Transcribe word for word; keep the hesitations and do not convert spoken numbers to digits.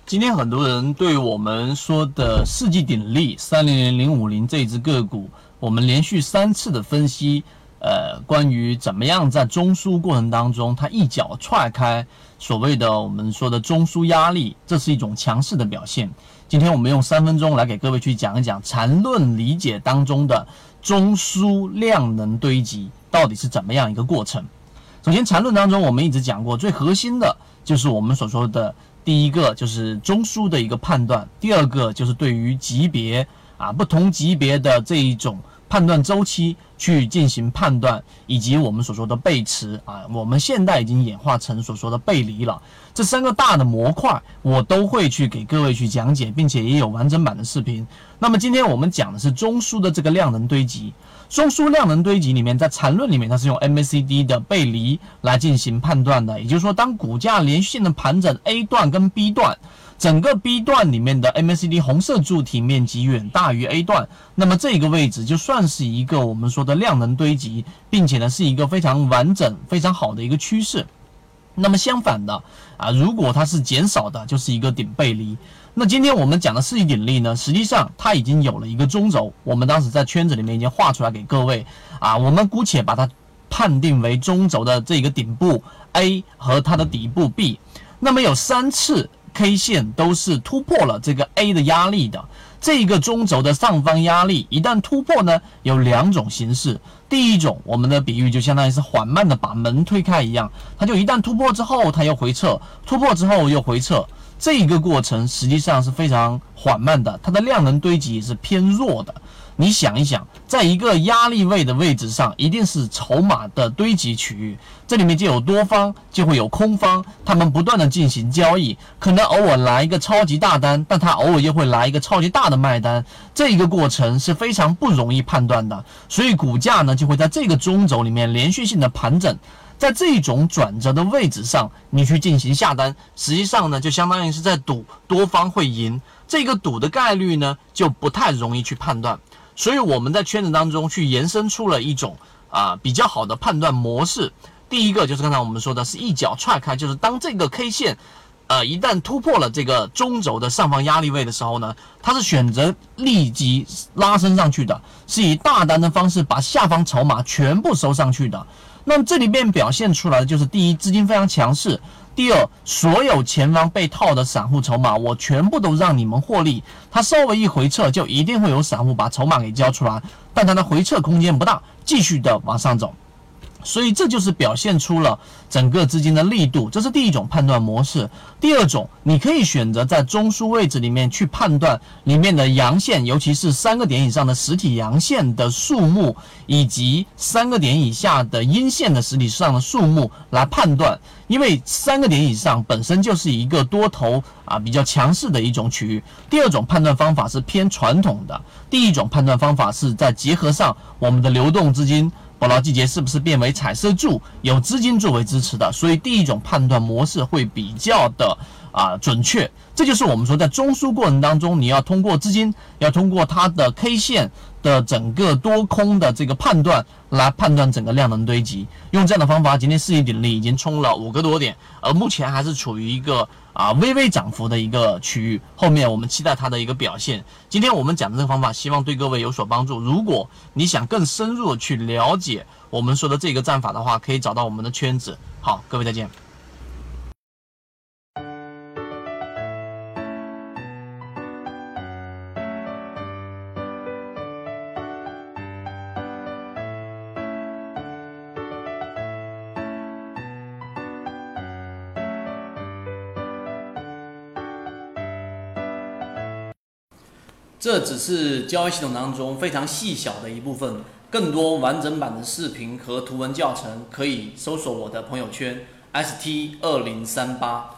今天很多人对我们说的世纪鼎立三零零零五零这只个股，我们连续三次的分析，呃，关于怎么样在中枢过程当中，它一脚踹开所谓的我们说的中枢压力，这是一种强势的表现。今天我们用三分钟来给各位去讲一讲缠论理解当中的中枢量能堆积到底是怎么样一个过程。首先，缠论当中我们一直讲过，最核心的就是我们所说的第一个就是中枢的一个判断，第二个就是对于级别啊不同级别的这一种判断周期去进行判断，以及我们所说的背驰啊，我们现在已经演化成所说的背离了。这三个大的模块我都会去给各位去讲解，并且也有完整版的视频。那么今天我们讲的是中枢的这个量能堆积。中枢量能堆积里面，在缠论里面它是用 M A C D 的背离来进行判断的，也就是说当股价连续性的盘整 A 段跟 B 段，整个 B 段里面的 M A C D 红色柱体面积远大于 A 段，那么这个位置就算是一个我们说的量能堆积，并且呢是一个非常完整非常好的一个趋势。那么相反的啊，如果它是减少的，就是一个顶背离。那今天我们讲的世纪鼎立呢，实际上它已经有了一个中轴，我们当时在圈子里面已经画出来给各位啊，我们姑且把它判定为中轴的这个顶部 A 和它的底部 B。那么有三次 K 线都是突破了这个 A 的压力的，这一个中轴的上方压力一旦突破呢，有两种形式。第一种，我们的比喻就相当于是缓慢的把门推开一样，它就一旦突破之后，它又回撤，突破之后又回撤，这一个过程实际上是非常缓慢的，它的量能堆积也是偏弱的。你想一想，在一个压力位的位置上，一定是筹码的堆积区域，这里面就有多方，就会有空方，他们不断的进行交易，可能偶尔来一个超级大单，但它偶尔又会来一个超级大的卖单，这一个过程是非常不容易判断的，所以股价呢就会在这个中轴里面连续性的盘整。在这种转折的位置上，你去进行下单，实际上呢，就相当于是在赌多方会赢，这个赌的概率呢，就不太容易去判断。所以我们在圈子当中去延伸出了一种啊、呃、比较好的判断模式。第一个就是刚才我们说的是一脚踹开，就是当这个 K 线呃一旦突破了这个中轴的上方压力位的时候呢，它是选择立即拉升上去的，是以大单的方式把下方筹码全部收上去的。那么这里面表现出来的就是第一，资金非常强势；第二，所有前方被套的散户筹码，我全部都让你们获利。它稍微一回撤，就一定会有散户把筹码给交出来，但它的回撤空间不大，继续的往上走。所以这就是表现出了整个资金的力度，这是第一种判断模式。第二种，你可以选择在中枢位置里面去判断里面的阳线，尤其是三个点以上的实体阳线的数目，以及三个点以下的阴线的实体上的数目来判断。因为三个点以上本身就是一个多头啊比较强势的一种区域。第二种判断方法是偏传统的，第一种判断方法是在结合上我们的流动资金。保劳季节是不是变为彩色柱，有资金作为支持的，所以第一种判断模式会比较的啊、呃、准确。这就是我们说在中枢过程当中，你要通过资金，要通过它的 K 线的整个多空的这个判断来判断整个量能堆积。用这样的方法，今天世纪鼎立已经冲了五个多点，而目前还是处于一个啊微微涨幅的一个区域，后面我们期待它的一个表现。今天我们讲的这个方法，希望对各位有所帮助。如果你想更深入的去了解我们说的这个战法的话，可以找到我们的圈子。好，各位再见。这只是交易系统当中非常细小的一部分，更多完整版的视频和图文教程可以搜索我的朋友圈 S T 二零三八。